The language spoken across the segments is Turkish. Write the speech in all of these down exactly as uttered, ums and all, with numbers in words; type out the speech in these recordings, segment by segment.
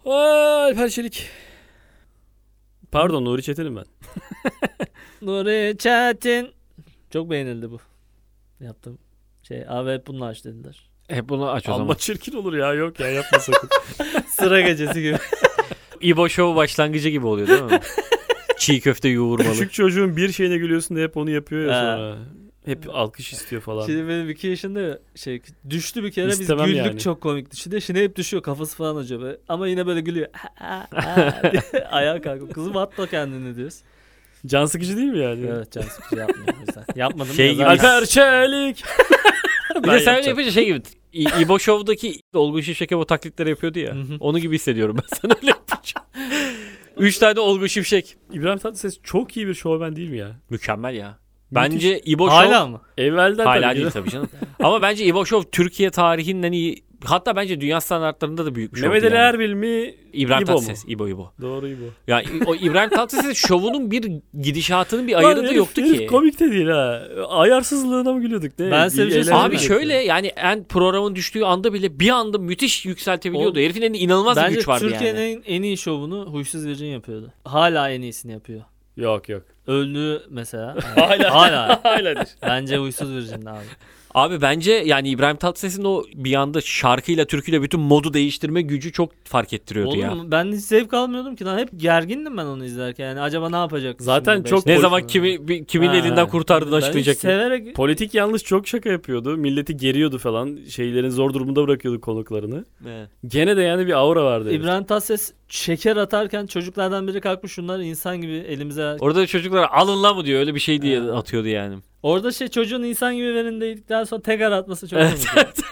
Aa, Alper Çelik. Pardon, Nuri Çetin'im ben. Nuri Çetin. Çok beğenildi bu. Yaptım. Şey abi hep bunu aç dediler. Hep bunu aç o Amma zaman. çirkin olur ya, yok ya, yapma sakın. Sıra gecesi gibi. İbo Show başlangıcı gibi oluyor değil mi? Çiğ köfte yoğurmalı. Küçük çocuğun bir şeyine gülüyorsun da hep onu yapıyor ya Ha. sonra. Hep alkış istiyor falan. Şimdi benim iki yaşında ya, şey düştü bir kere İstemem biz güldük yani. çok komikti. Şimdi, şimdi hep düşüyor kafası falan acaba. Böyle. Ama yine böyle gülüyor. diye ayağa kalkıyor. Kızım atma kendini diyoruz. Can sıkıcı değil mi yani? Evet can sıkıcı yapmıyorum o yüzden. Yapmadım. Şey ya, gibi- zaten- Alper Çelik. Bir Ben de sen öyle yapacağım. yapınca şey gibi. İ- İbo Show'daki Olgun Şimşek o taklitleri yapıyordu ya. Hı hı. Onu gibi hissediyorum ben sana öyle yapınca. Üç tane Olgun Şimşek. İbrahim Tatlıses çok iyi bir şovmen değil mi ya? Mükemmel ya. Müthiş. Bence İbo Show... Hala mı? Evvelden Hala tabii değil canım. tabii canım. Ama bence İbo Show Türkiye tarihinin en iyi... Hatta bence dünya standartlarında da büyük bir şovdu Mehmet Ali yani. Erbil mi? İbrahim İbo mu? Tatlıses. İbo İbo. Doğru İbo. Ya o İbrahim Tatlıses'in şovunun bir gidişatının bir ayarı Lan da herif- yoktu herif ki. komik de değil ha. Ayarsızlığına mı gülüyorduk? Ne? Ben size bir şey Eğlenceli Abi mi? şöyle yani en programın düştüğü anda bile bir anda müthiş yükseltebiliyordu. O- Herifin elinde inanılmaz bir Bence güç vardı Türkiye'nin yani. en, en iyi şovunu Huysuz Virgin yapıyordu. Hala en iyisini yapıyor. Yok yok. Öldü mesela. Hala. Hala. Haladır. Bence Huysuz Virgin abi. Abi bence yani İbrahim Tatlıses'in o bir anda şarkıyla türküyle bütün modu değiştirme gücü çok fark ettiriyordu Oğlum ya. ben hiç zevk almıyordum ki lan. Hep gergindim ben onu izlerken. Yani acaba ne yapacak? Zaten şimdi çok- beş- Ne Pol- zaman kimi bir- kimin Ha, elinden kurtardığını Ben hiç açıklayacak. severek Politik yanlış çok şaka yapıyordu. Milleti geriyordu falan. Şeylerin zor durumunda bırakıyordu konuklarını. Evet. Gene de yani bir aura vardı. herif. İbrahim Tatlıses şeker atarken çocuklardan biri kalkmış şunlar insan gibi elimize. Orada çocuklar alın lan mı diyor öyle bir şey diye Ha. atıyordu yani. Orada şey çocuğun insan gibi verin dedikten sonra tekrar atması çok komik.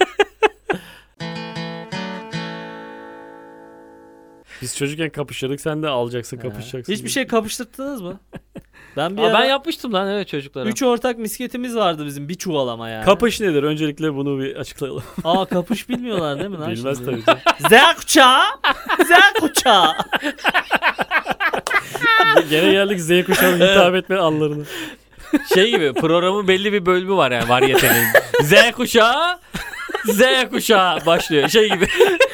Biz çocukken kapışıyorduk, sen de alacaksın, Ha. kapışacaksın. Hiçbir şey kapıştırttınız mı? Ben bir Aa, ara ben yapmıştım lan evet çocuklara. üç ortak misketimiz vardı bizim bir çuvalama yani. Kapış nedir? Öncelikle bunu bir açıklayalım. Aa kapış bilmiyorlar değil mi lan? Bilmez şimdi? tabii canım. Z kuşağı. Z kuşağı. Gene geldik Z kuşağına hitap etme anlarını. Şey gibi programın belli bir bölümü var yani varyetenin. Z kuşağı Z kuşağı başlıyor. Şey gibi.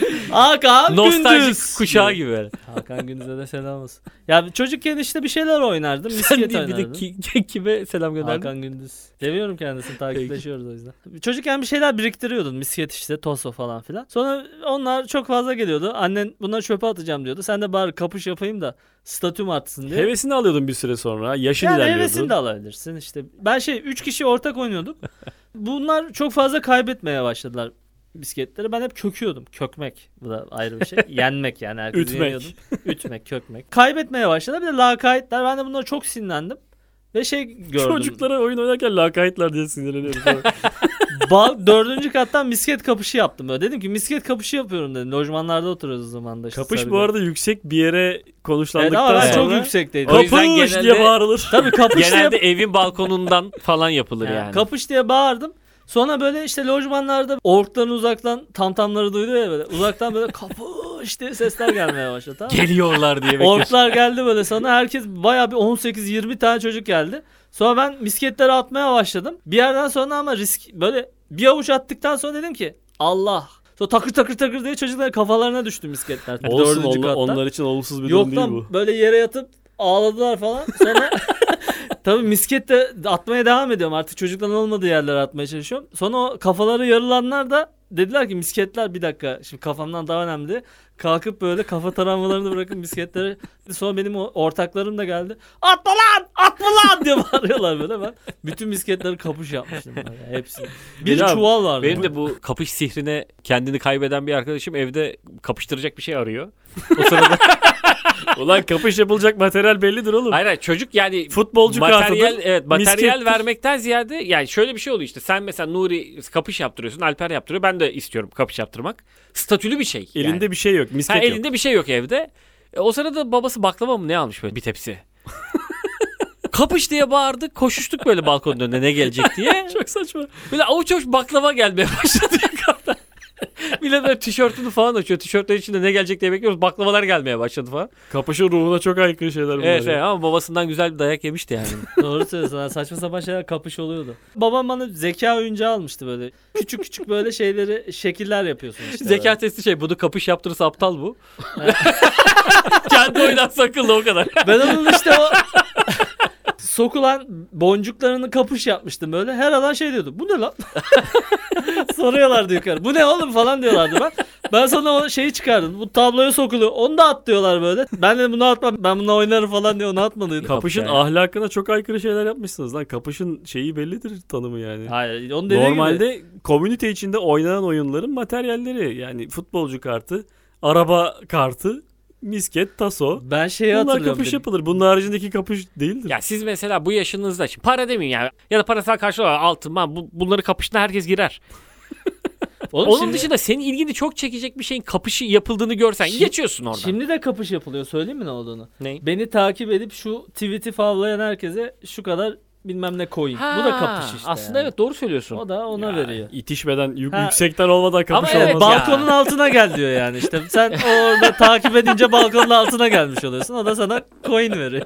Hakan Nostaljik Gündüz. kuşağı gibi. böyle. Hakan Gündüz'e de selam olsun. Ya çocukken işte bir şeyler oynardım. Sen Misket bir, bir de oynardım. ki- kime selam gönderdin? Hakan Gündüz. Seviyorum kendisini, takipleşiyoruz o yüzden. Çocukken bir şeyler biriktiriyordun. Misket işte, toso falan filan. Sonra onlar çok fazla geliyordu. Annen bunları çöpe atacağım diyordu. Sen de bari kapış yapayım da statüm artsın diye. Hevesini alıyordun bir süre sonra. Yaşın Yani ilerliyordu. hevesini de alabilirsin işte. Ben şey üç kişi ortak oynuyorduk. Bunlar çok fazla kaybetmeye başladılar bisikletleri. Ben hep köküyordum. Kökmek. Bu da ayrı bir şey. Yenmek yani. Herkesi Ütmek. yeniyordum. Ütmek, kökmek. Kaybetmeye başladılar. Bir de lakaytlar. Ben de bunlara çok sinirlendim. Ve şey gördüm. Çocuklara oyun oynarken lakaytlar diye sinirleniyorum. Ba- dördüncü kattan misket kapışı yaptım. Böyle. Dedim ki misket kapışı yapıyorum dedim. Lojmanlarda oturuyoruz o zaman da. Işte Kapış bu Sarıgöl. arada yüksek bir yere Evet konuşlandıktan ama ben sonra- çok yüksekteydim. O yüzden kapış genelde- diye bağırılır. Tabii kapış diye Genelde evin balkonundan falan yapılır Yani yani. kapış diye bağırdım. Sonra böyle işte lojmanlarda orkların uzaktan tamtamları duydu ya böyle. Uzaktan böyle kapış diye sesler gelmeye başladı. Tamam mı? Geliyorlar diye bekliyorsun. Orklar geldi böyle sana. Herkes bayağı bir on sekiz yirmi tane çocuk geldi. Sonra ben misketleri atmaya başladım. Bir yerden sonra ama risk böyle bir avuç attıktan sonra dedim ki Allah. Sonra takır takır takır diye çocukların kafalarına düştü misketler. Olsun Dördüncü onlar, katta. onlar için olumsuz bir durum Yok değil lan bu. böyle yere yatıp ağladılar falan. Sonra tabii misket de atmaya devam ediyorum. Artık çocukların olmadığı yerlere atmaya çalışıyorum. Sonra o kafaları yarılanlar da dediler ki misketler bir dakika. Şimdi kafamdan daha önemli. Kalkıp böyle kafa taranmalarını bırakın misketleri. Sonra benim o ortaklarım da geldi. Atma lan! Atma lan! diye bağırıyorlar böyle. Ben bütün misketleri kapış yapmıştım. Böyle, hepsini. Bir Benim- çuval vardı. Benim de bu kapış sihrine kendini kaybeden bir arkadaşım evde kapıştıracak bir şey arıyor. O sırada Ulan kapış yapılacak materyal bellidir oğlum. hayır, hayır çocuk yani Futbolcu materyal kartıdır, evet materyal miskettir. vermekten ziyade yani şöyle bir şey oluyor işte sen mesela Nuri kapış yaptırıyorsun, Alper yaptırıyor, ben de istiyorum kapış yaptırmak. Statülü bir şey. Elinde yani. bir şey yok. Misket ha, yok. elinde bir şey yok evde. E, o sırada babası baklava mı ne almış böyle bir tepsi. Kapış diye bağırdı. Koşuştuk böyle balkonun önünde ne gelecek diye. Çok saçma. Böyle avuç avuç baklava gelmeye başladı yukarıdan. Millet Millet tişörtünü falan açıyor. Tişörtlerin içinde ne gelecek diye bekliyoruz. Baklavalar gelmeye başladı falan. Kapışın ruhuna çok aykırı şeyler bunlar. Evet, ya. evet ama babasından güzel bir dayak yemişti yani. Doğru söylüyorsun. Yani saçma sapan şeyler kapış oluyordu. Babam bana zeka oyuncağı almıştı böyle. Küçük küçük böyle şeyleri şekiller yapıyorsun işte. Zeka böyle. testi şey, bunu kapış yaptırırsa aptal bu. Kendi oynatsa akıllı, o kadar. Ben onun işte o sokulan boncuklarını kapış yapmıştım böyle. Her alan şey diyordu. Bu ne lan? Soruyorlardı yukarı. Bu ne oğlum falan diyorlardı ben. Ben sonra o şeyi çıkardım. Bu tabloya sokuluyor. Onu da at diyorlar böyle. Ben de bunu atmam. Ben bununla oynarım falan diye onu atmalıydım. Kapışın yani. ahlakına çok aykırı şeyler yapmışsınız lan. Kapışın şeyi bellidir, tanımı yani. Hayır. Onu dediği gibi. Normalde komünite içinde oynanan oyunların materyalleri, yani futbolcu kartı, araba kartı, misket, taso. Ben şeyi Bunlar hatırlıyorum. kapış dedim. yapılır. Bunun haricindeki kapış değildir. Ya siz mesela bu yaşınızda, şimdi para demeyeyim yani, ya da parasal karşılığı olarak altın, man, bu, bunları kapışına herkes girer. Oğlum Onun şimdi, dışında senin ilgini çok çekecek bir şeyin kapışı yapıldığını görsen Şi- geçiyorsun oradan. Şimdi de kapış yapılıyor. Söyleyeyim mi ne olduğunu? Ne? Beni takip edip şu tweet'i favlayan herkese şu kadar bilmem ne coin. Ha, Bu da kapış işte. Aslında yani. evet, doğru söylüyorsun. O da ona Ya, veriyor. İtişmeden, yük- Ha. yüksekten olmadan kapış Ama evet, olmaz. bal- Balkonun altına gel diyor yani işte. Sen orada takip edince balkonun altına gelmiş oluyorsun. O da sana coin veriyor.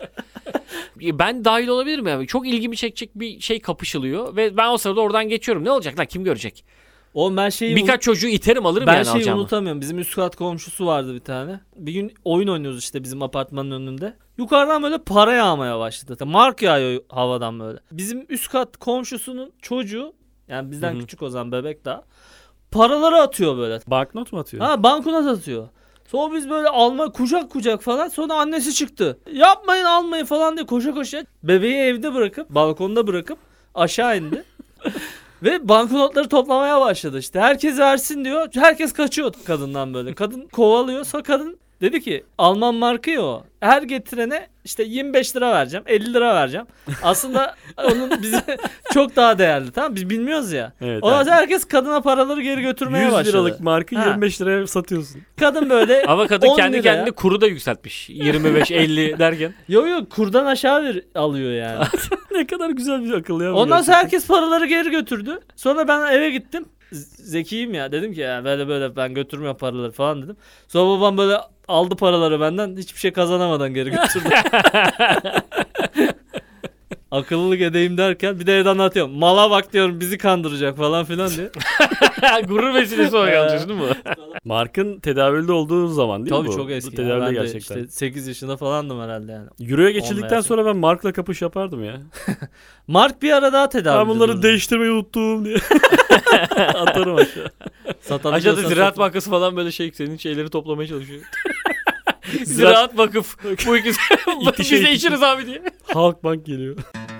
Ben dahil olabilirim yani. Çok ilgimi çekecek bir şey kapışılıyor ve ben o sırada oradan geçiyorum. Ne olacak lan, kim görecek? O ben şeyi Birkaç çocuğu iterim, alırım ben yani şeyi alacağımı. unutamıyorum. Bizim üst kat komşusu vardı bir tane. Bir gün oyun oynuyoruz işte bizim apartmanın önünde. Yukarıdan böyle para yağmaya başladı. Mark yağıyor havadan böyle. Bizim üst kat komşusunun çocuğu, yani bizden Hı hı. küçük o zaman, bebek daha, paraları atıyor böyle. Banknot mu atıyor? Ha, banknot atıyor. Sonra biz böyle alma kucak kucak falan, sonra annesi çıktı. Yapmayın, almayın falan diye koşa koşa bebeği evde bırakıp, balkonda bırakıp aşağı indi. Ve banknotları toplamaya başladı işte. Herkes versin diyor. Herkes kaçıyor kadından böyle. Kadın kovalıyor. Sonra kadın dedi ki, Alman markı ya o. Her getirene işte yirmi beş lira vereceğim, elli lira vereceğim. Aslında onun bize çok daha değerli, tamam, biz bilmiyoruz ya. Evet. Ondan yani. sonra herkes kadına paraları geri götürmeye yüz başladı. liralık markı Ha. yirmi beş liraya satıyorsun. Kadın böyle Ama kadın on kendi liraya- kendine kuru da yükseltmiş. yirmi beş elli derken. Yo yo, kurdan aşağı bir alıyor yani. Ne kadar güzel bir akıl ya. bu Ondan sonra gerçekten. herkes paraları geri götürdü. Sonra ben eve gittim. Z- Zekiyim ya, dedim ki ya böyle böyle ben götürmüyorum paraları falan dedim. Sonra babam böyle aldı paraları benden, hiçbir şey kazanamadan geri götürdü. Akıllılık edeyim derken bir de evden anlatıyorum. Mala bak diyorum, bizi kandıracak falan filan diye. Gurur vesilesi olarak alıyorsun değil mi? Markın tedavülde olduğu zaman değil Tabii mi bu? çok Bu eski. ya. tedavülde Ben de gerçekten. işte sekiz yaşında falandım herhalde yani. Euro'ya geçildikten veya sonra ben Mark'la kapış yapardım ya. Mark bir ara daha tedavi Ben bunları değiştirmeyi unuttum diye. Atarım aşağı. Aşağıda Ziraat Bankası falan böyle şey, senin şeyleri toplamaya çalışıyor. Ziraat Vakıf. Bu ikisi. İtişe Biz de itişe. içiriz abi diye. Halkbank geliyor.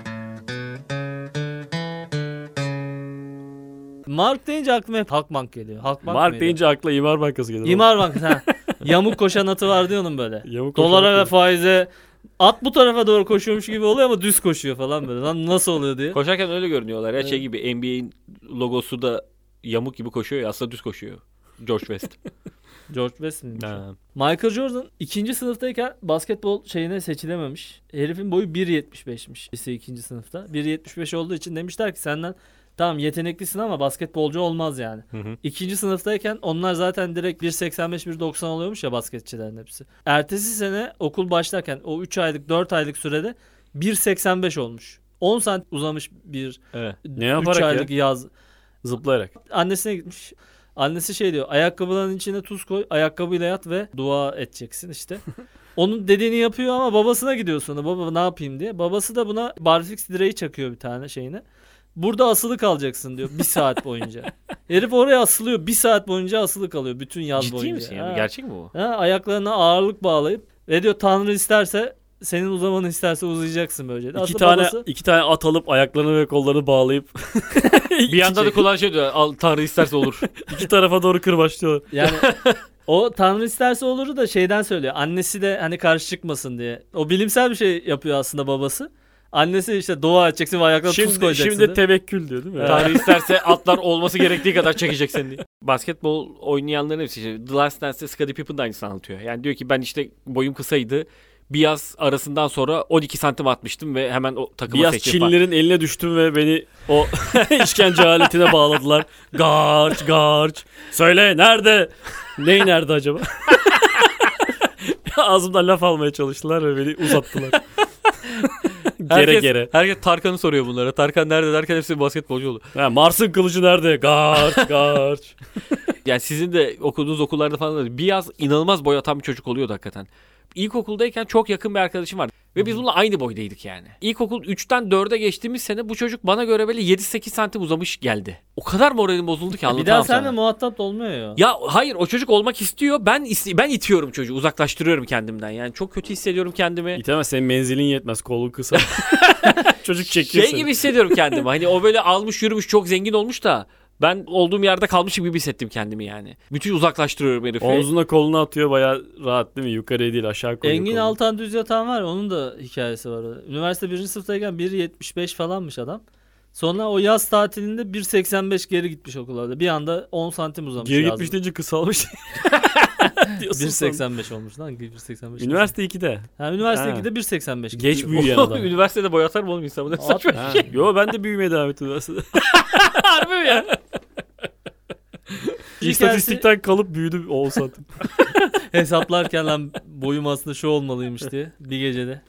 Mark deyince aklıma hep Halkbank geliyor. Halkbank Mark mıydı? deyince akla İmar Bankası gelir. İmar Bankası. Ha. Yamuk koşan atı vardı ya onun böyle. Yamuk Dolara koşarak ve faize at bu tarafa doğru koşuyormuş gibi oluyor ama düz koşuyor falan böyle. Lan nasıl oluyor diye. Koşarken öyle görünüyorlar ya, Evet. şey gibi, N B A'in logosu da yamuk gibi koşuyor ya, aslında düz koşuyor. George West. George West miymiş? Ha. Michael Jordan ikinci sınıftayken basketbol şeyine seçilememiş. Herifin boyu bir yetmiş beşmiş lise ikinci sınıfta. bir yetmiş beş olduğu için demişler ki senden tamam yeteneklisin ama basketbolcu olmaz yani. Hı hı. İkinci sınıftayken onlar zaten direkt bir seksen beş bir doksan oluyormuş ya basketçilerin hepsi. Ertesi sene okul başlarken o üç aylık dört aylık sürede bir seksen beş olmuş. on santim uzamış bir Evet. Ne üç yaparak ya? aylık yaz. Zıplayarak. Annesine gitmiş. Annesi şey diyor, ayakkabıların içine tuz koy, ayakkabıyla yat ve dua edeceksin işte. Onun dediğini yapıyor ama babasına gidiyor sonra. Baba ne yapayım diye. Babası da buna barfix direği çakıyor bir tane şeyine. Burada asılı kalacaksın diyor bir saat boyunca. Herif oraya asılıyor, bir saat boyunca asılı kalıyor bütün yaz Ciddi boyunca. misin ya? Ha. Gerçek mi bu? Ha, ayaklarına ağırlık bağlayıp ve diyor Tanrı isterse, senin uzamanı isterse uzayacaksın böylece. İki Aslında tane babası- iki tane at alıp ayaklarını ve kollarını bağlayıp Bir yanda da kulağın şey diyor, al Tanrı isterse olur. iki tarafa doğru kır başlıyor. Yani o Tanrı isterse oluru da şeyden söylüyor. Annesi de hani karşı çıkmasın diye. O bilimsel bir şey yapıyor aslında babası. Annesi işte dua edeceksin ve ayaklarına tuz Şimdi, koyacaksın. şimdi diye. tevekkül diyor değil mi? Tanrı isterse atlar olması gerektiği kadar çekecek seni diye. Basketbol oynayanların hepsi işte The Last Dance'de Scottie Pippen de aynısını anlatıyor. Yani diyor ki ben işte boyum kısaydı. bir yaz arasından sonra on iki santim atmıştım ve hemen o takıma Biraz seçtim. Çinlilerin eline düştüm ve beni o işkence aletine bağladılar. Garç garç. Söyle nerede? Ney nerede acaba? Ağzımdan laf almaya çalıştılar ve beni uzattılar. Gere herkes, gere. Herkes Tarkan'ı soruyor bunlara. Tarkan nerede derken hepsi basketbolcu oluyor. Ha, Mars'ın kılıcı nerede? Garç garç. Yani sizin de okuduğunuz okullarda falan da bir yaz inanılmaz boy atan bir çocuk oluyordu hakikaten. İlkokuldayken çok yakın bir arkadaşım vardı. Ve biz bununla aynı boydaydık yani. İlkokul üçten dörde geçtiğimiz sene bu çocuk bana göre böyle yedi sekiz santim uzamış geldi. O kadar moralim bozuldu ki Bir anlatamam daha sana. seninle muhatap da olmuyor ya. Ya hayır, o çocuk olmak istiyor. Ben iste- ben itiyorum çocuğu. Uzaklaştırıyorum kendimden. Yani çok kötü hissediyorum kendimi. İtemez, senin menzilin yetmez. Kolun kısa. Çocuk çekiyor Şey seni. gibi hissediyorum kendimi. Hani o böyle almış yürümüş çok zengin olmuş da ben olduğum yerde kalmışım gibi hissettim kendimi yani. Müthiş uzaklaştırıyorum herifi. Omzuna kolunu atıyor, bayağı rahat değil mi? Yukarıya değil, aşağı koyuyor. Engin kolunu. Altan Düz Yatan var. Onun da hikayesi var. Üniversite birinci sınıftayken bir yetmiş beş falanmış adam. Sonra o yaz tatilinde bir seksen beş geri gitmiş okullarda. Bir anda on santim uzamış. Geri yazdı. gitmiş deyince kısalmış. Diyorsun bir sen. seksen beş olmuş lan. bir seksen beş. Üniversite ikide. Ha, üniversite Ha. ikide bir seksen beş. Geç gidiyor. büyüyen adam. Üniversitede boy atar mı oğlum insan? Bu ne At- saçma Ha. bir şey. Yo, ben de büyümeye devam ettim üniversitede. Harbi mi ya? İstatistikten kalıp büyüdüm on santim. Hesaplarken lan boyum aslında şu olmalıymış diye bir gecede.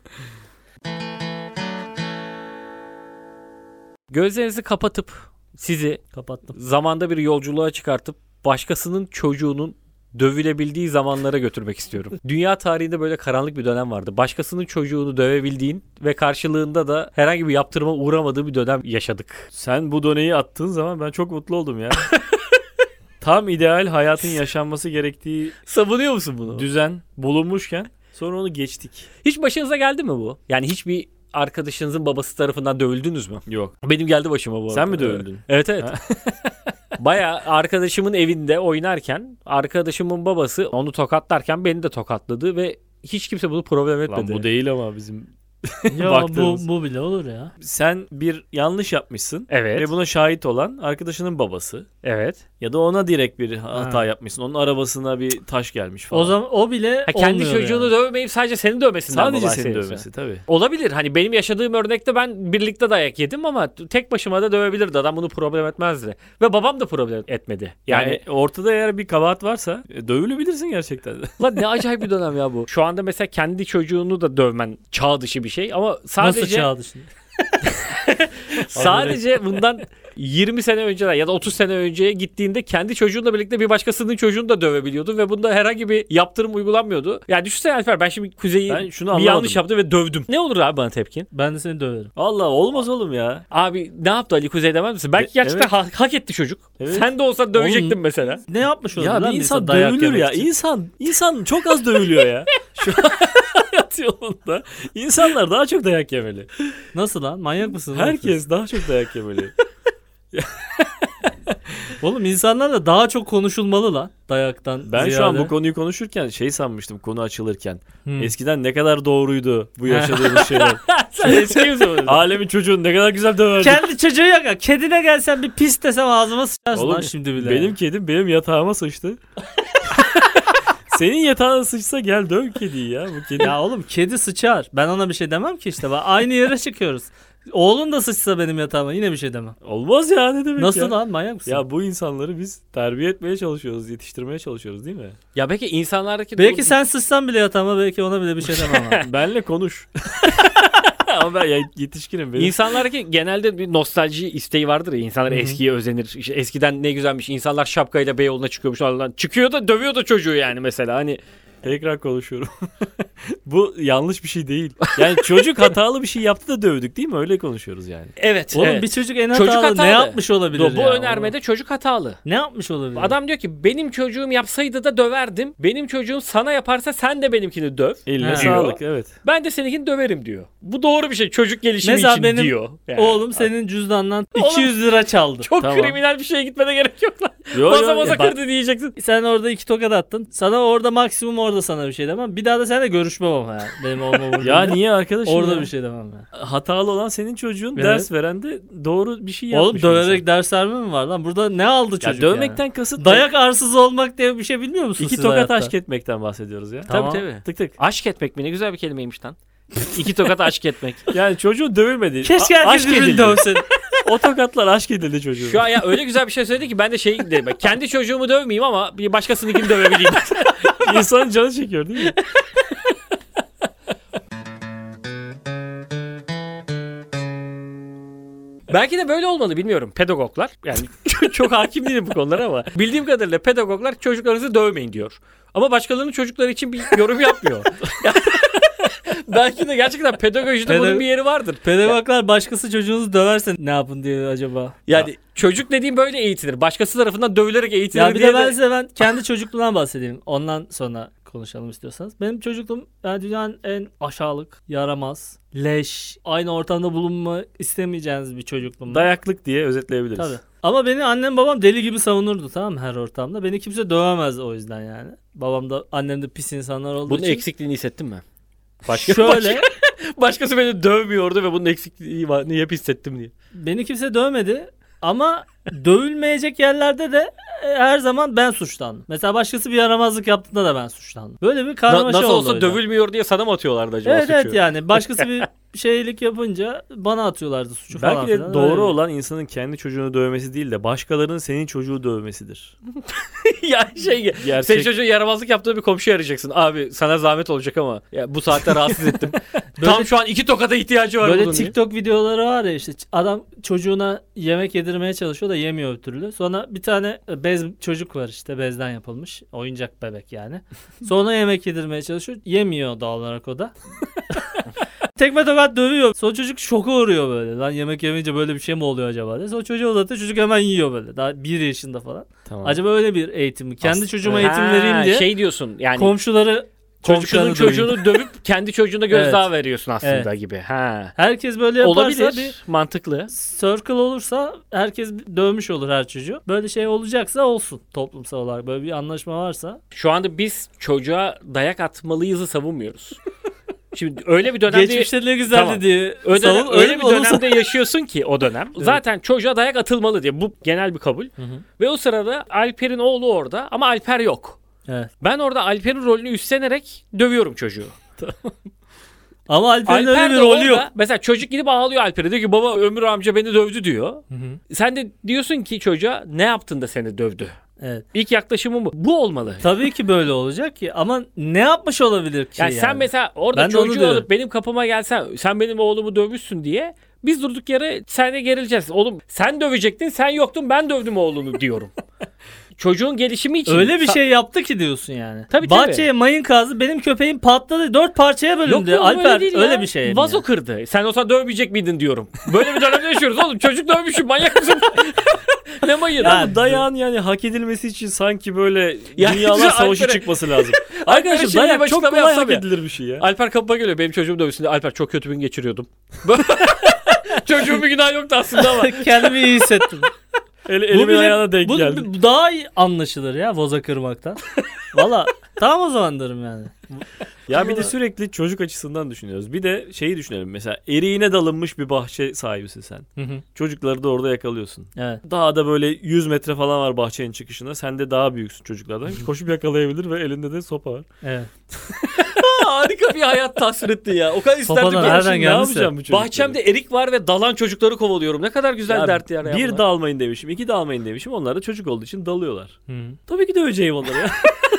Gözlerinizi kapatıp sizi Kapattım. zamanda bir yolculuğa çıkartıp başkasının çocuğunun dövülebildiği zamanlara götürmek istiyorum. Dünya tarihinde böyle karanlık bir dönem vardı. Başkasının çocuğunu dövebildiğin ve karşılığında da herhangi bir yaptırıma uğramadığı bir dönem yaşadık. Sen bu doneyi attığın zaman ben çok mutlu oldum ya. Tam ideal hayatın yaşanması gerektiği Savunuyor musun bunu? düzen bulunmuşken sonra onu geçtik. Hiç başınıza geldi mi bu? Yani hiçbir arkadaşınızın babası tarafından dövüldünüz mü? Yok. Benim geldi başıma bu arada. Sen mi dövüldün? Evet evet. Bayağı arkadaşımın evinde oynarken arkadaşımın babası onu tokatlarken beni de tokatladı ve hiç kimse bunu problem etmedi. Lan bu değil ama bizim Ya bu, baktığımız. bu bile olur ya. Sen bir yanlış yapmışsın Evet. ve buna şahit olan arkadaşının babası Evet. ya da ona direkt bir hata Ha. yapmışsın. Onun arabasına bir taş gelmiş falan. O zaman o bile Ha, kendi olmuyor çocuğunu yani. dövmeyip sadece seni dövmesinden sadece mi seni bahsediyorsun? dövmesi tabii. Olabilir. Hani benim yaşadığım örnekte ben birlikte dayak yedim ama tek başıma da dövebilirdi. Adam bunu problem etmezdi. Ve babam da problem etmedi. Yani, Yani ortada eğer bir kabahat varsa e, dövülebilirsin gerçekten. lan ne acayip bir dönem ya bu. Şu anda mesela kendi çocuğunu da dövmen çağ dışı bir şey ama sadece Nasıl çağ dışında? sadece bundan yirmi sene önce ya da otuz sene önceye gittiğinde kendi çocuğunla birlikte bir başkasının çocuğunu da dövebiliyordun ve bunda herhangi bir yaptırım uygulanmıyordu. Yani düşünsene Alper, ben şimdi Kuzey'i Ben şunu bir anlamadım. yanlış yaptım ve dövdüm. Ne olur abi bana tepkin? Ben de seni döverim. Allah, olmaz oğlum ya. Abi ne yaptı Ali Kuzey demez misin? Belki E- gerçekten evet. ha- hak etti çocuk. Evet. Sen de olsa dövecektin Oğlum, mesela. Ne yapmış olur Ya lan bir insan dayak dövülür yemek ya. için? İnsan insan çok az dövülüyor ya. Şu hayat yolunda insanlar daha çok dayak yemeli. Nasıl lan? Manyak mısın? Herkes daha çok dayak yemeli. Oğlum insanlarla daha çok konuşulmalı lan dayaktan Ben ziyade. şu an bu konuyu konuşurken şey sanmıştım, konu açılırken. Hmm. Eskiden ne kadar doğruydu bu yaşadığımız şeyler. Sen eski misin? Alemin çocuğunu ne kadar güzel döverdi. Kendi çocuğu yok ya. Kedine gelsen bir pis desem ağzıma sıçarsın Oğlum, lan şimdi bile. Benim kedim benim yatağıma sıçtı. Senin yatağına sıçsa gel döv kediyi ya. Bu kedi. Ya oğlum kedi sıçar. Ben ona bir şey demem ki işte. Bak, aynı yere çıkıyoruz. Oğlun da sıçsa benim yatağıma yine bir şey demem. Olmaz ya, ne demek Nasıl ya? lan, manyak mısın? Ya bu insanları biz terbiye etmeye çalışıyoruz, yetiştirmeye çalışıyoruz değil mi? Ya belki insanlardaki... Belki sen sıçsan bile yatağıma belki ona bile bir şey demem ama. Benle konuş. Ama ben ya yetişkinim benim. İnsanlardaki genelde bir nostalji isteği vardır ya. İnsanlar Hı hı. eskiye özenir. İşte eskiden ne güzelmiş. İnsanlar şapkayla Beyoğlu'na çıkıyormuş. Lan çıkıyor da dövüyor da çocuğu yani mesela. Hani Tekrar konuşuyorum. Bu yanlış bir şey değil. Yani çocuk hatalı bir şey yaptı da dövdük değil mi? Öyle konuşuyoruz yani. evet. Oğlum evet. bir çocuk en Çocuk hatalı, hatalı. ne yapmış olabilir Bu ya? önermede çocuk hatalı. Ne yapmış olabilir? Adam diyor ki benim çocuğum yapsaydı da döverdim. Benim çocuğum sana yaparsa sen de benimkini döv. Eline Ha. sağlık, evet. Ben de seninkini döverim diyor. Bu doğru bir şey. Çocuk gelişimi Mesela için benim diyor. Yani. Oğlum senin cüzdandan Oğlum- iki yüz lira çaldı. Çok Tamam. kriminal bir şeye gitmene gerek yok lan. Yo, Baza yo, baza ya bak- kırdı diyeceksin. Sen orada iki tokat attın. Sana orada maksimum orada sana bir şey demem. Bir daha da seninle görüşmem ama ya. Benim olmamın. Ya niye arkadaşım Orada ya? bir şey demem ya. Hatalı olan senin çocuğun, Evet. ders veren de doğru bir şey Oğlum yapmış. döverek insan. ders verme mi var lan? Burada ne aldı Ya çocuk dövmekten yani? kasıt Dayak arsız olmak diye bir şey bilmiyor musun iki siz tokat hayatta? aşk etmekten bahsediyoruz ya. Tamam. Tabii tabii. Tık tık. Aşk etmek mi? Ne güzel bir kelimeymiş lan. İki tokat aşk etmek. Yani çocuğun dövülmedi. Keşke A- herkes aşk birbirini edildi. dövsün. O tokatlar aşk edildi çocuğun. Şu an ya öyle güzel bir şey söyledi ki ben de şey dedim. bak, Kendi çocuğumu dövmeyeyim ama bir başkasınınkini dövebileyim. İnsanın canı çekiyor değil mi? Belki de böyle olmalı bilmiyorum. Pedagoglar yani çok, çok hakim değilim bu konulara ama bildiğim kadarıyla pedagoglar çocuklarınızı dövmeyin diyor. Ama başkalarının çocukları için bir yorum yapmıyor. Belki de gerçekten pedagojide Pedag- bunun bir yeri vardır. Pedagoglar başkası çocuğunuzu döverse ne yapın diyor acaba? Yani çocuk dediğim böyle eğitilir. Başkası tarafından dövülerek eğitilir Ya bir diye de ben de- size ben kendi çocukluğumdan bahsedeyim. Ondan sonra konuşalım istiyorsanız. Benim çocukluğum yani dünyanın en aşağılık, yaramaz, leş, aynı ortamda bulunma istemeyeceğiniz bir çocukluğum. Dayaklık diye özetleyebiliriz. Tabii. Ama beni annem babam deli gibi savunurdu, tamam mı, her ortamda. Beni kimse dövemez o yüzden yani. Babam da annem de pis insanlar olduğu Bunun için. eksikliğini hissettin mi? Başka, Şöyle başka- başkası beni dövmüyordu ve bunun eksikliği var. Niye hep hissettim diye. beni kimse dövmedi ama dövülmeyecek yerlerde de e, her zaman ben suçlandım. Mesela başkası bir yaramazlık yaptığında da ben suçlandım. Böyle bir Na- karmaşa nasıl oldu. o olsa yüzden. dövülmüyor diye sana mı atıyorlardı acaba Evet suçu? evet yani başkası bir şeylik yapınca bana atıyorlardı suçu falan Belki de filan. doğru Öyle. olan insanın kendi çocuğunu dövmesi değil de başkalarının senin çocuğu dövmesidir. ya şey Gerçek. senin çocuğun yaramazlık yaptığı bir komşu arayacaksın. Abi sana zahmet olacak ama ya bu saatte rahatsız ettim. Tam şu an iki tokata ihtiyacı var Böyle bunun diye. TikTok videoları var ya, işte adam çocuğuna yemek yedirmeye çalışıyor da yemiyor bir türlü. Sonra bir tane bez çocuk var, işte bezden yapılmış oyuncak bebek yani. Sonra yemek yedirmeye çalışıyor, yemiyor doğal olarak o da. Tekme tokat dövüyor. Sonra çocuk şoka uğruyor böyle. Lan yemek yemeyince böyle bir şey mi oluyor acaba diye. Sonra çocuğa uzatıyor, çocuk hemen yiyor böyle. Daha bir yaşında falan. Tamam. Acaba öyle bir eğitim mi? Kendi Aslında- çocuğuma Evet. eğitim Ha, vereyim diye Şey diyorsun yani komşuları komşunun çocuklarını döveyim. çocuğunu dövüp kendi çocuğuna gözdağı Evet. veriyorsun aslında Evet. gibi. Ha. Herkes böyle yaparsa Olabilir. bir Mantıklı. circle olursa herkes dövmüş olur her çocuğu. Böyle şey olacaksa olsun toplumsal olarak. Böyle bir anlaşma varsa. Şu anda biz çocuğa dayak atmalıyızı savunmuyoruz. Şimdi öyle bir dönemde Geçmişte ne güzeldi Tamam. diye. öyle, savun- öyle bir mi olursa- dönemde yaşıyorsun ki o dönem. Zaten çocuğa dayak atılmalı diye bu genel bir kabul. Hı hı. Ve o sırada Alper'in oğlu orada ama Alper yok. Evet. Ben orada Alper'in rolünü üstlenerek dövüyorum çocuğu. Ama Alper'in Alper öyle de bir rolü orada, yok. mesela çocuk gidip ağlıyor Alper'e, diyor ki baba Ömür amca beni dövdü diyor. Hı hı. Sen de diyorsun ki çocuğa ne yaptın da seni dövdü? Evet. İlk yaklaşımı bu. Bu olmalı. Tabii ki böyle olacak ki ama ne yapmış olabilir ki Yani, yani? sen mesela orada Ben de onu çocuğu diyorum. alıp benim kapıma gelsen, sen benim oğlumu dövmüşsün diye biz durduk yere seninle gerileceğiz. Oğlum sen dövecektin, sen yoktun, ben dövdüm oğlunu diyorum. Çocuğun gelişimi için. Öyle bir Sa- şey yaptı ki diyorsun yani. Tabii, Bahçeye tabii. mayın kazdı, benim köpeğim patladı, dört parçaya Yok bölündü. yok, Alper öyle, değil öyle ya. bir şey. Vazo yani. kırdı. Sen olsa dövmeyecek miydin diyorum. Böyle bir dönemde yaşıyoruz oğlum. Çocuk dövmüşüm, manyak mısın? Ne mayın? Ya bu dayağın yani hak edilmesi için sanki böyle Ya, dünyalar savaşı Alper'e- çıkması lazım. Alper'e Arkadaşım şimdi bir dayak çok açıklama kolay yapsam hak ya. edilir bir şey ya. Alper kapıma geliyor, benim çocuğum dövsün diye. Alper çok kötü bir gün geçiriyordum. Çocuğun bir günahı yoktu aslında ama. Kendimi iyi hissettim. El, Bu elimin bile- ayağına denk bu, geldi. bu daha iyi anlaşılır ya voza kırmaktan. Valla tamam o zaman derim yani. Ya bir de sürekli çocuk açısından düşünüyoruz. Bir de şeyi düşünelim. Mesela eriğine dalınmış bir bahçe sahibisin sen. Hı hı. Çocukları da orada yakalıyorsun. Evet. Daha da böyle yüz metre falan var bahçenin çıkışında. Sen de daha büyüksün çocuklardan. Koşup yakalayabilir ve elinde de sopa var. Evet. Harika bir hayat tasvir etti ya. O kadar isterdim. Sopadan ki. nereden Şimdi ne geldiyse. yapacağım bu çocukları? Bahçemde erik var ve dalan çocukları kovalıyorum. Ne kadar güzel Ya dert yani. bir dalmayın demişim, iki dalmayın demişim. Onlar da çocuk olduğu için dalıyorlar. Hı. Tabii ki döveceğim onları ya.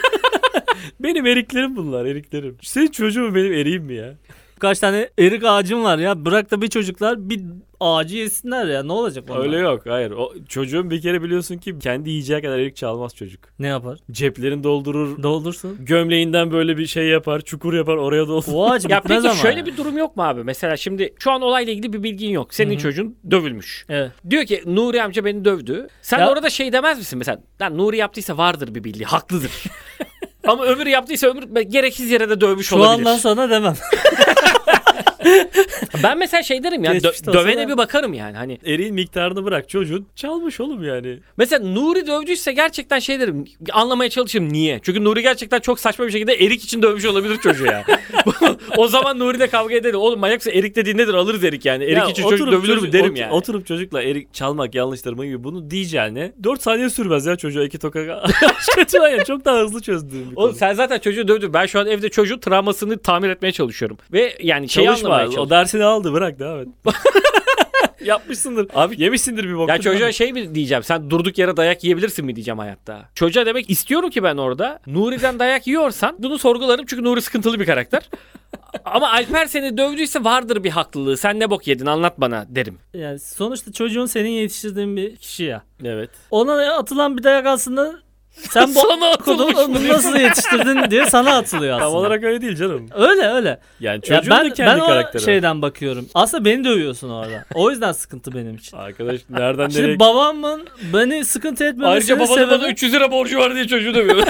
Benim eriklerim bunlar, eriklerim. Senin çocuğun benim eriğim mi ya? Kaç tane erik ağacım var ya. Bırak da bir çocuklar bir ağacı yesinler ya. Ne olacak onlar? Öyle yok, hayır. O çocuğun bir kere biliyorsun ki kendi yiyeceği kadar erik çalmaz çocuk. Ne yapar? Ceplerini doldurur. Doldursun. Gömleğinden böyle bir şey yapar, çukur yapar, oraya doldurur. O ağaç Ya bitmez peki ama. şöyle ya. bir durum yok mu abi? Mesela şimdi şu an olayla ilgili bir bilgin yok. Senin Hı hı. çocuğun dövülmüş. Evet. Diyor ki Nuri amca beni dövdü. Sen Ya- orada şey demez misin mesela? Lan Nuri yaptıysa vardır bir bildiği, haklıdır. Ama Ömür yaptıysa Ömür gereksiz yere de dövmüş Şu olabilir. andan sonra demem. Ben mesela şey derim ya, Geçmişte dö- olsa dövene da- bir bakarım yani. Hani Eriğin miktarını bırak, çocuğun çalmış oğlum yani. mesela Nuri dövdüyse gerçekten şey derim, anlamaya çalışırım niye. Çünkü Nuri gerçekten çok saçma bir şekilde erik için dövmüş olabilir çocuğu ya. O zaman Nuri'yle kavga edelim. Oğlum manyaksa erik dediğin nedir, alırız erik yani. Erik Ya için çocuk oturup dövülür mü çocuk- derim ot- yani. Oturup çocukla erik çalmak yanlıştır mı gibi bunu diyeceğine dört saniye sürmez ya çocuğa iki toka. Kötü yani, çok daha hızlı çözdüğüm bir Oğlum konu. sen zaten çocuğu dövdün. Ben şu an evde çocuğun travmasını tamir etmeye çalışıyorum. Ve yani şeyi Çalışma. anlamaya O çalışıyorum. dersini aldı, bırak devam et. Yapmışsındır. Abi yemişsindir bir bok. Ya çocuğa şey mi diyeceğim, sen durduk yere dayak yiyebilirsin mi diyeceğim hayatta. Çocuğa demek istiyorum ki ben orada Nuri'den dayak yiyorsan bunu sorgularım çünkü Nuri sıkıntılı bir karakter. Ama Alper seni dövdüyse vardır bir haklılığı. Sen ne bok yedin anlat bana derim. Yani sonuçta çocuğun senin yetiştirdiğin bir kişi ya. Evet. Ona atılan bir dayak aslında sen bu Sana atılmış okulu mı onu nasıl yetiştirdin diye sana atılıyor aslında. Tam olarak öyle değil canım. Öyle öyle. Yani Ya çocuğun ben da kendi ben o karakteri. şeyden bakıyorum. Aslında beni dövüyorsun orada. O yüzden sıkıntı benim için. Arkadaş nereden nereye... Şimdi babamın beni sıkıntı Ayrıca etmemesinin babanın bana sebebi üç yüz lira borcu var diye çocuğu dövüyor.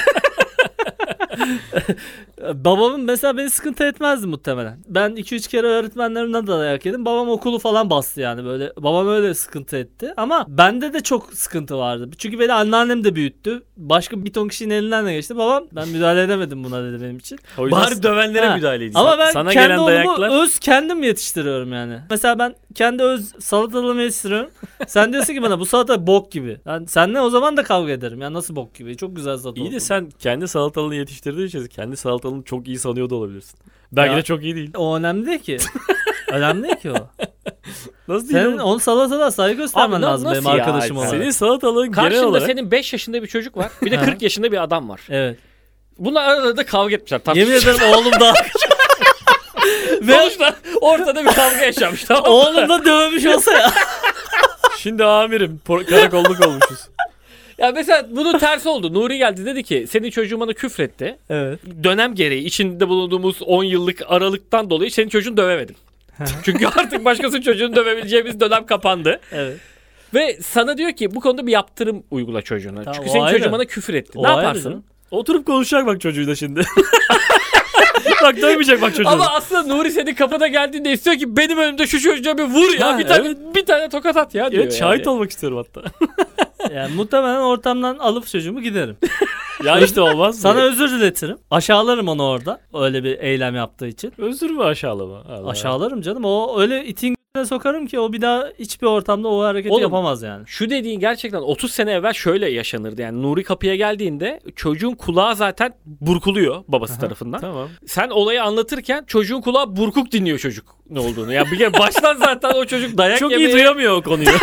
babamın mesela beni sıkıntı etmezdi muhtemelen. Ben iki üç kere öğretmenlerimden de dayak yedim. Babam okulu falan bastı yani böyle. Babam öyle sıkıntı etti. Ama bende de çok sıkıntı vardı. Çünkü beni anneannem de büyüttü. Başka bir ton kişinin elinden de geçti. Babam ben müdahale edemedim buna dedi benim için. O yüzden Bari dövenlere Ha. müdahale edin. Ama ben sana kendi gelen oğlumu dayaklar- öz kendim yetiştiriyorum yani. Mesela ben kendi öz salatalığımı yetiştiriyorum. Sen diyorsun ki bana bu salata bok gibi. Yani seninle o zaman da kavga ederim. Ya nasıl bok gibi? Çok güzel salata. İyi oldu. de sen kendi salatalığını yetiştirdiğin için kendi salatalığını çok iyi sanıyor da olabilirsin. Belki Ya. de çok iyi değil. O önemli değil ki. önemli değil ki o. Nasıl değil Senin oğlum? onun salatada saygı göstermen Abi na- lazım benim nasıl ya? arkadaşım olarak. Senin salatalığın genel Karşında olarak... senin beş yaşında bir çocuk var. Bir de Ha. kırk yaşında bir adam var. Evet. Bunlar arada da kavga etmişler. Yemin tartışmışlar. ederim oğlum da Ve sonuçta ortada bir kavga yaşanmış. Tamam mı? oğlum da dövmüş olsa ya. Şimdi amirim por- karakolluk olmuşuz. Ya mesela bunun tersi oldu. Nuri geldi dedi ki senin çocuğun bana küfretti. Evet. Dönem gereği içinde bulunduğumuz on yıllık aralıktan dolayı senin çocuğunu dövemedim. Çünkü artık başkasının çocuğunu dövebileceğimiz dönem kapandı. Evet. Ve sana diyor ki bu konuda bir yaptırım uygula çocuğuna. Tamam, Çünkü o senin ayrı. çocuğun bana küfür etti. O ne ayrı yaparsın? canım. Oturup konuşacak bak çocuğuyla şimdi. Bak dövmeyecek bak çocuğu. Ama aslında Nuri senin kapına geldiğinde istiyor ki benim önümde şu çocuğa bir vur ya. Ha, bir tane evet. bir tane tokat at ya diyor. Evet, şahit yani. olmak istiyorum hatta. Yani muhtemelen ortamdan alıp çocuğumu giderim. Ya işte olmaz mı? Sana özür diletirim. Aşağılarım onu orada. Öyle bir eylem yaptığı için. özür mü aşağılama? Allah. Aşağılarım canım. O öyle itin götüne sokarım ki o bir daha hiçbir ortamda o hareketi Oğlum, yapamaz yani. Şu dediğin gerçekten otuz sene evvel şöyle yaşanırdı. Yani Nuri kapıya geldiğinde çocuğun kulağı zaten burkuluyor babası tarafından. Tamam. Sen olayı anlatırken çocuğun kulağı burkuk dinliyor çocuk ne olduğunu. Ya bir kere baştan zaten o çocuk dayak Çok yemeye iyi duyamıyor o konuyu.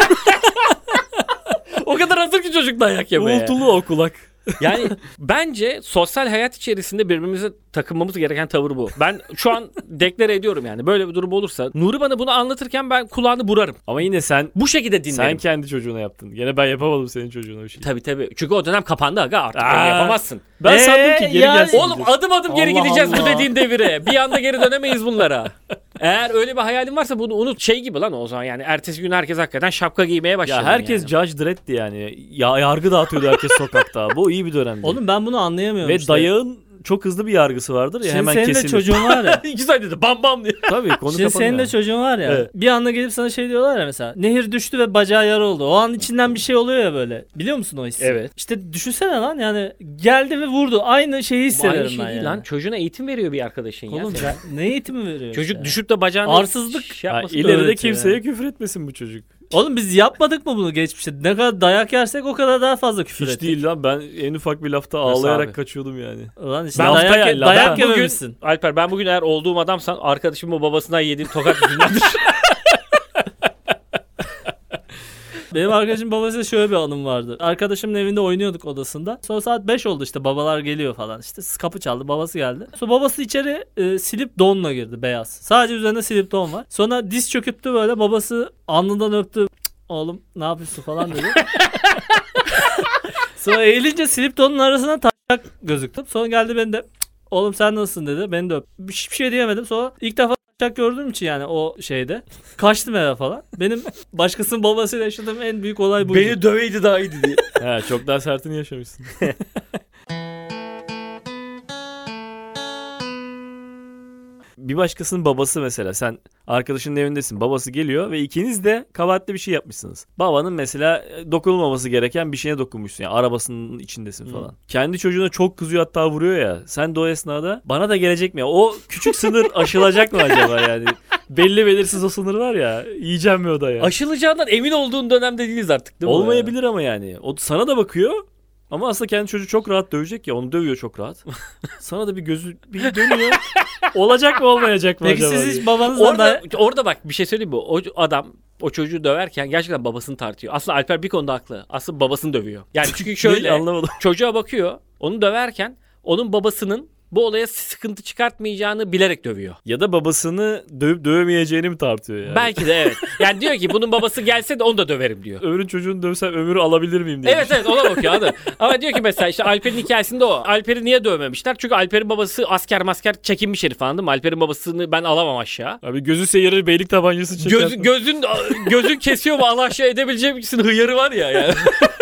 o kadar hazır ki çocuk dayak yemeye. Uğultulu o kulak. Yani bence sosyal hayat içerisinde birbirimize takınmamız gereken tavır bu. Ben şu an deklare ediyorum yani böyle bir durum olursa Nuri bana bunu anlatırken ben kulağını burarım. Ama yine sen Bu şekilde dinlerim. sen kendi çocuğuna yaptın. Gene ben yapamadım senin çocuğuna bir şey. Tabii tabii. Çünkü o dönem kapandı aga artık Aa. öyle yapamazsın. Ben Ee, sandım ki geri yani- gelsin. Oğlum diyeceksin. adım adım geri Allah gideceğiz bu Allah. dediğin devire. Bir anda geri dönemeyiz bunlara. Eğer öyle bir hayalin varsa bunu unut. Şey gibi lan o zaman yani ertesi gün herkes hakikaten şapka giymeye başladı. Ya herkes yani. Judge Dredd'ti yani. Ya yargı dağıtıyordu herkes sokakta. Bu iyi bir dönemdi. Oğlum ben bunu anlayamıyorum Ve işte. dayağın çok hızlı bir yargısı vardır ya, Şimdi hemen senin de kesilir. çocuğun var ya. Güzel dedi bam bam diye. Tabii konu Şimdi kapanıyor. senin de çocuğun var ya. Evet. Bir anda gelip sana şey diyorlar ya mesela. Nehir düştü ve bacağı yara oldu. O an içinden bir şey oluyor ya böyle. Biliyor musun o hissi? Evet. İşte düşünsene lan yani geldi ve vurdu. Aynı şeyi Bu hissederim aynı şey ben değil yani. lan. Çocuğuna eğitim veriyor bir arkadaşın ya. Oğlum senin. sen ne eğitimi veriyorsun? Çocuk ya? düşüp de bacağını Arsızlık. şey Ha, yapmasın. ileride öğretiyor kimseye yani. küfür etmesin bu çocuk. Oğlum biz yapmadık mı bunu geçmişte? Ne kadar dayak yersek o kadar daha fazla küfür Hiç ettik. değil lan, ben en ufak bir lafta Nasıl ağlayarak abi? kaçıyordum yani. Ulan işte Ben dayak, haftaya- ye- dayak ben yememişsin. Alper ben bugün eğer olduğum adamsan arkadaşımın babasından yediğim tokat yüzündendir. Benim arkadaşım babasıyla şöyle bir anım vardı. Arkadaşımın evinde oynuyorduk odasında. Sonra saat beş oldu işte babalar geliyor falan işte. Kapı çaldı, babası geldi. Sonra babası içeri e, silip donla girdi, beyaz. Sadece üzerinde silip don var. Sonra diz çöküttü böyle, babası alnından öptü. "Cık, oğlum ne yapıyorsun falan dedi. Sonra eğilince silip donun arasına taşak gözüktüm. Sonra geldi beni de "Cık, oğlum sen nasılsın dedi. Beni de öptü. Hiçbir şey diyemedim. Sonra ilk defa taşak gördüğüm için yani o şeyde kaçtım eve falan. Benim başkasının babasıyla yaşadığım en büyük olay buydu. Beni döveydi daha iyiydi diye. He, çok daha sertini yaşamışsın. bir başkasının babası mesela, sen arkadaşının evindesin, babası geliyor ve ikiniz de kabahatli bir şey yapmışsınız. Babanın mesela dokunulmaması gereken bir şeye dokunmuşsun, yani arabasının içindesin falan. Hmm. Kendi çocuğuna çok kızıyor, hatta vuruyor ya. Sen de o esnada bana da gelecek mi ya? O küçük sınır aşılacak mı acaba yani? Belli belirsiz o sınır var ya. Yiyeceğim mi o da ya? Aşılacağından emin olduğun dönemde değiliz artık, değil mi? Olmayabilir ama yani. O sana da bakıyor. Ama aslında kendi çocuğu çok rahat dövecek ya. Onu dövüyor çok rahat. Sana da bir gözü bir dönüyor. Olacak mı olmayacak mı Peki acaba? siz hiç babanızdan Orada, da... orada bak bir şey söyleyeyim mi? O adam o çocuğu döverken gerçekten babasını tartıyor. Aslında Alper bir konuda haklı. Aslında babasını dövüyor. Yani çünkü şöyle anlamadım. Çocuğa bakıyor. Onu döverken onun babasının bu olaya sıkıntı çıkartmayacağını bilerek dövüyor. Ya da babasını dövüp dövemeyeceğini mi tartıyor yani? Belki de evet. Yani diyor ki bunun babası gelse de onu da döverim diyor. Ömrün çocuğunu dövsem ömrü alabilir miyim diye. Evet evet ona bakıyor anladın. Ama diyor ki mesela işte Alper'in hikayesinde o. Alper'i niye dövmemişler? Çünkü Alper'in babası asker masker çekinmiş herif, anladın mı? Alper'in babasını ben alamam aşağı. Abi gözü seyirır, beylik tabancası çeker. Göz, gözün gözün kesiyor mu Allah aşağı edebilecek misin hıyarı var ya yani.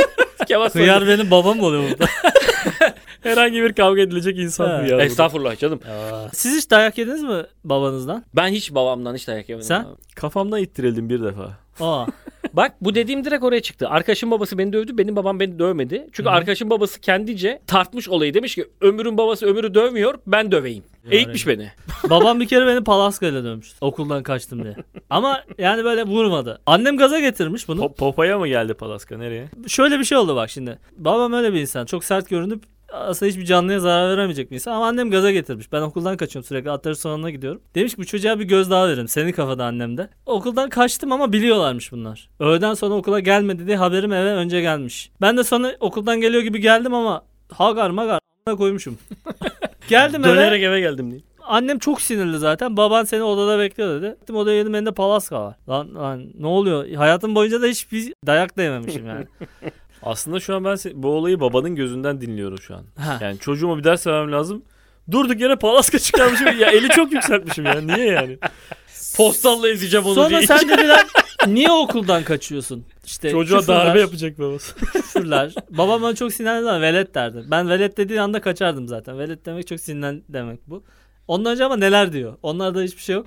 Hıyar benim babam mı oluyor burada? Herhangi bir kavga edilecek insan Ha. hıyar. Estağfurullah canım. Siz hiç dayak yediniz mi babanızdan? Ben hiç babamdan hiç dayak yemedim. Sen? Abi. Kafamdan ittirildim bir defa. Aa. Bak bu dediğim direkt oraya çıktı. Arkadaşım babası beni dövdü, benim babam beni dövmedi. Çünkü Hı-hı. arkadaşım babası kendice tartmış olayı, demiş ki Ömür'ün babası Ömür'ü dövmüyor, ben döveyim. Yani. Eğitmiş beni. Babam bir kere beni palaskayla dövmüştü. Okuldan kaçtım diye. Ama yani böyle vurmadı. Annem gaza getirmiş bunu. Po- Popa'ya mı geldi Palaska, nereye? Şöyle bir şey oldu bak şimdi. Babam öyle bir insan. Çok sert görünüp aslında hiçbir canlıya zarar veremeyecek bir insan. Ama annem gaza getirmiş. Ben okuldan kaçıyorum sürekli. Atları sonuna gidiyorum. Demiş ki bu çocuğa bir gözdağı verin. Senin kafada annemde. Okuldan kaçtım ama biliyorlarmış bunlar. Öğleden sonra okula gelmedi diye haberim eve önce gelmiş. Ben de sonra okuldan geliyor gibi geldim ama hagar magar a**ına koymuşum. Geldim eve. Dönerek eve geldim diye. Annem çok sinirli zaten. Baban seni odada bekliyor dedi. Gittim odaya, yedim, elinde palaska var. Lan, lan ne oluyor? Hayatım boyunca da hiçbir dayak da yememişim yani. Aslında şu an ben se- bu olayı babanın gözünden dinliyorum şu an. Ha. Yani çocuğuma bir ders vermem lazım. Durduk yere Palaska çıkarmışım. Ya eli çok yükseltmişim ya. Niye yani? Postalla ezeceğim onu Sonra diye. sen dediler niye okuldan kaçıyorsun? İşte Çocuğa küfürler, darbe yapacak babası. küfürler. Babam bana çok sinirlendi ama velet derdi. Ben velet dediği anda kaçardım zaten. Velet demek çok sinirlen demek bu. Ondan önce ama neler diyor. Onlarda hiçbir şey yok.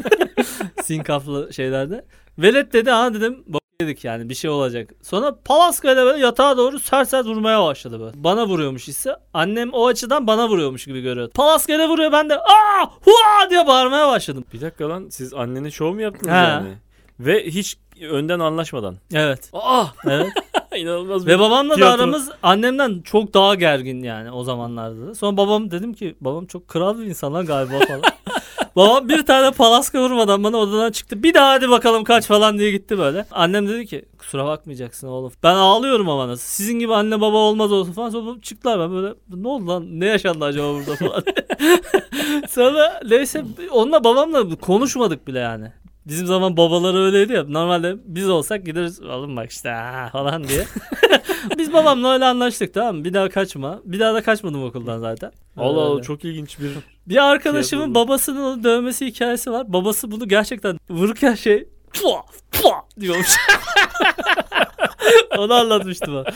Sinkaflı şeylerde. Velet dedi, ha dedim bak dedik yani bir şey olacak. Sonra palaskayla böyle yatağa doğru sert sert vurmaya başladı böyle. Bana vuruyormuş ise annem o açıdan bana vuruyormuş gibi görüyordu. Palaskayla vuruyor, ben de aa hua diye bağırmaya başladım. Bir dakika lan, siz annene şov mu yaptınız Ha. yani? Ve hiç önden anlaşmadan. Evet. Aa! Evet. İnanılmaz bir Ve babamla da tiyatro. aramız annemden çok daha gergin yani o zamanlarda da. Sonra babam, dedim ki babam çok kral bir insan lan galiba falan. Babam bir tane palaska vurmadan bana odadan çıktı. Bir daha hadi bakalım kaç falan diye gitti böyle. Annem dedi ki kusura bakmayacaksın oğlum. Ben ağlıyorum ama nasıl. Sizin gibi anne baba olmaz olsun falan. Sonra çıktılar, ben böyle ne oldu lan, ne yaşandı acaba burada falan. Sonra neyse onunla babamla konuşmadık bile yani. Bizim zaman babaları öyleydi ya. Normalde biz olsak gideriz oğlum bak işte ha falan diye. Biz babamla öyle anlaştık, tamam mı? Bir daha kaçma. Bir daha da kaçmadım okuldan zaten. Allah Allah, Öyle. çok ilginç bir... Bir arkadaşımın Tiyatro. babasının onu dövmesi hikayesi var. Babası bunu gerçekten vururken şey pua pua diyormuş. Onu anlatmıştı bana.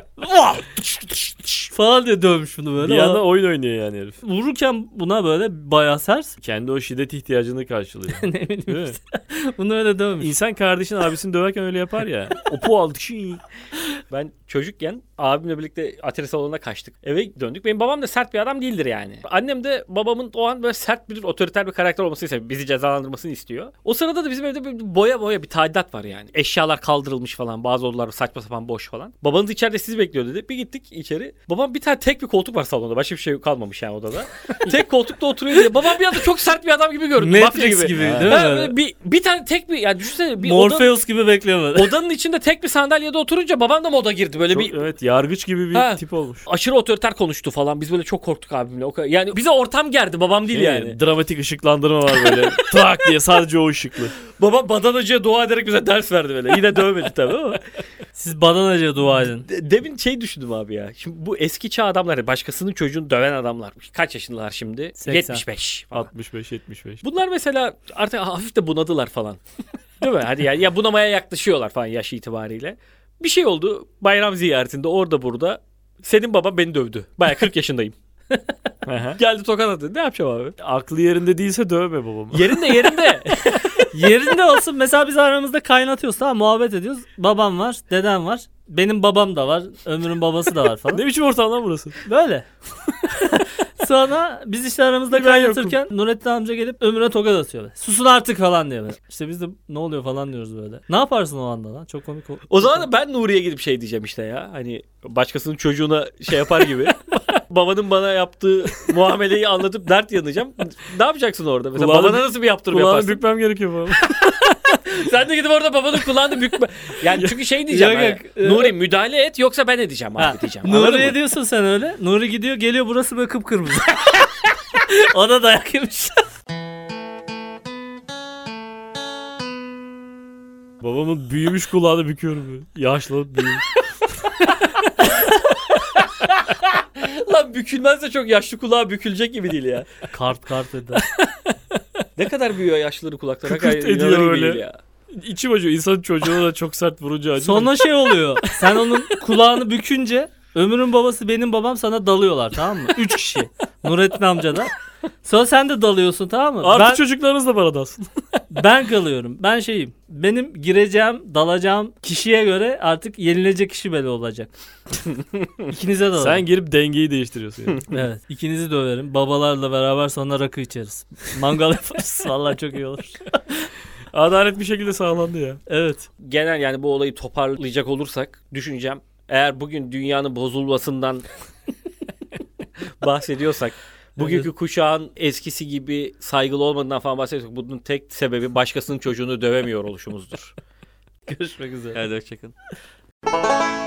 falan diye dövmüş bunu böyle. Bir yana oyun oynuyor yani herif. Vururken buna böyle bayağı sert. Kendi o şiddet ihtiyacını karşılıyor. ne bileyim Değil mi? işte. Bunu öyle dövmüş. İnsan kardeşin abisini döverken öyle yapar ya. Opu aldık şey. Ben çocukken abimle birlikte atari salonuna kaçtık. Eve döndük. Benim babam da sert bir adam değildir yani. Annem de babamın o an böyle sert bir otoriter bir karakter olmasını istiyor. Bizi cezalandırmasını istiyor. O sırada da bizim evde bir boya boya bir tadilat var yani. Eşyalar kaldırılmış falan. Bazı odalar saçma sapan boş falan. Babanız içeride sizi bekliyor dedi. Bir gittik içeri. Babam bir tane tek bir koltuk var salonda. Başka bir şey kalmamış yani odada. Tek koltukta oturuyor diye. Babam bir anda çok sert bir adam gibi göründü. Mafya Matrix gibi, Ha. değil mi? Ha, böyle? böyle bir, bir tane tek bir yani düşünsene bir oda, Morpheus gibi bekliyor böyle. odanın içinde tek bir sandalyede oturunca babam da moda girdi. Böyle Çok, bir evet, yargıç gibi bir Ha. tip olmuş. aşırı otoriter konuştu falan. Biz böyle çok korktuk abimle. O kadar. Yani bize ortam gerdi, babam değil Şey, yani. Dramatik ışıklandırma var böyle. Trak diye sadece o ışıklı. Babam badanacıya dua ederek bize ders verdi böyle. Yine dövmedi tabii ama. Siz badanacıya dua edin. De- Demin şey düşündüm abi ya. Şimdi bu eski çağ adamlar, başkasının çocuğunu döven adamlar. Kaç yaşındalar şimdi? seksen. yetmiş beş falan. altmış beş yetmiş beş. Bunlar mesela artık hafif de bunadılar falan. Değil mi? Hadi ya, ya bunamaya yaklaşıyorlar falan yaş itibariyle. Bir şey oldu bayram ziyaretinde orada burada. Senin baban beni dövdü. Baya kırk yaşındayım. Geldi tokat attı. Ne yapacağım abi? Aklı yerinde değilse dövme babamı. Yerinde yerinde. Yerinde olsun. Mesela biz aramızda kaynatıyoruz, tamam, muhabbet ediyoruz. Babam var, dedem var. Benim babam da var. Ömür'ün babası da var falan. Ne biçim ortam lan burası? Böyle. Sonra biz işte aramızda Ben kaynatırken Nurettin amca gelip Ömür'e tokat atıyor. Susun artık falan diyor. Böyle. İşte biz de ne oluyor falan diyoruz böyle. Ne yaparsın o anda lan? Çok komik. O zaman da ben Nuri'ye gidip şey diyeceğim işte ya. Hani başkasının çocuğuna şey yapar gibi. Babanın bana yaptığı muameleyi anlatıp dert yanacağım. Ne yapacaksın orada? Mesela Kulağını- babana nasıl bir yaptırım Kulağını yaparsın? bükmem gerekiyor babam. Sen de gidip orada babanın kulağını bükme. Yani çünkü şey diyeceğim. Yok, hani, yok. Nuri müdahale et yoksa ben edeceğim Ha, abi diyeceğim. Anladın Nuri'ye mı? diyorsun sen öyle. Nuri gidiyor, geliyor, burası böyle kıpkırmızı. O da dayak yemiş. Babamın büyümüş kulağını büküyorum böyle. Yaşlı büyümüş. Lan bükülmezse çok yaşlı kulağı bükülecek gibi değil ya. Kart kart eder. Ne kadar büyüyor yaşlıların kulakları. Kıkırt Hakikaten ediyor inanılır gibi öyle. değil ya. İçim acıyor. İnsanın çocuğuna da çok sert vurunca acıyor. Sonra şey oluyor. Sen onun kulağını bükünce Ömür'ün babası, benim babam sana dalıyorlar, tamam mı? Üç kişi. Nurettin amca da. Sonra sen de dalıyorsun, tamam mı? Artık Ben, çocuklarınız da bana dalsın. ben kalıyorum. Ben şeyim. Benim gireceğim, dalacağım kişiye göre artık yenilecek kişi belli olacak. İkinize dalarım. Sen girip dengeyi değiştiriyorsun yani. Evet. İkinizi döverim. Babalarla beraber sonra rakı içeriz. Mangal yaparız. Vallahi çok iyi olur. Adalet bir şekilde sağlandı ya. Evet. Genel yani bu olayı toparlayacak olursak düşüneceğim. Eğer bugün dünyanın bozulmasından bahsediyorsak, bugünkü kuşağın eskisi gibi saygılı olmadığından falan bahsediyorsak, bunun tek sebebi başkasının çocuğunu dövemiyor oluşumuzdur. Görüşmek üzere. Hadi hoşçakalın.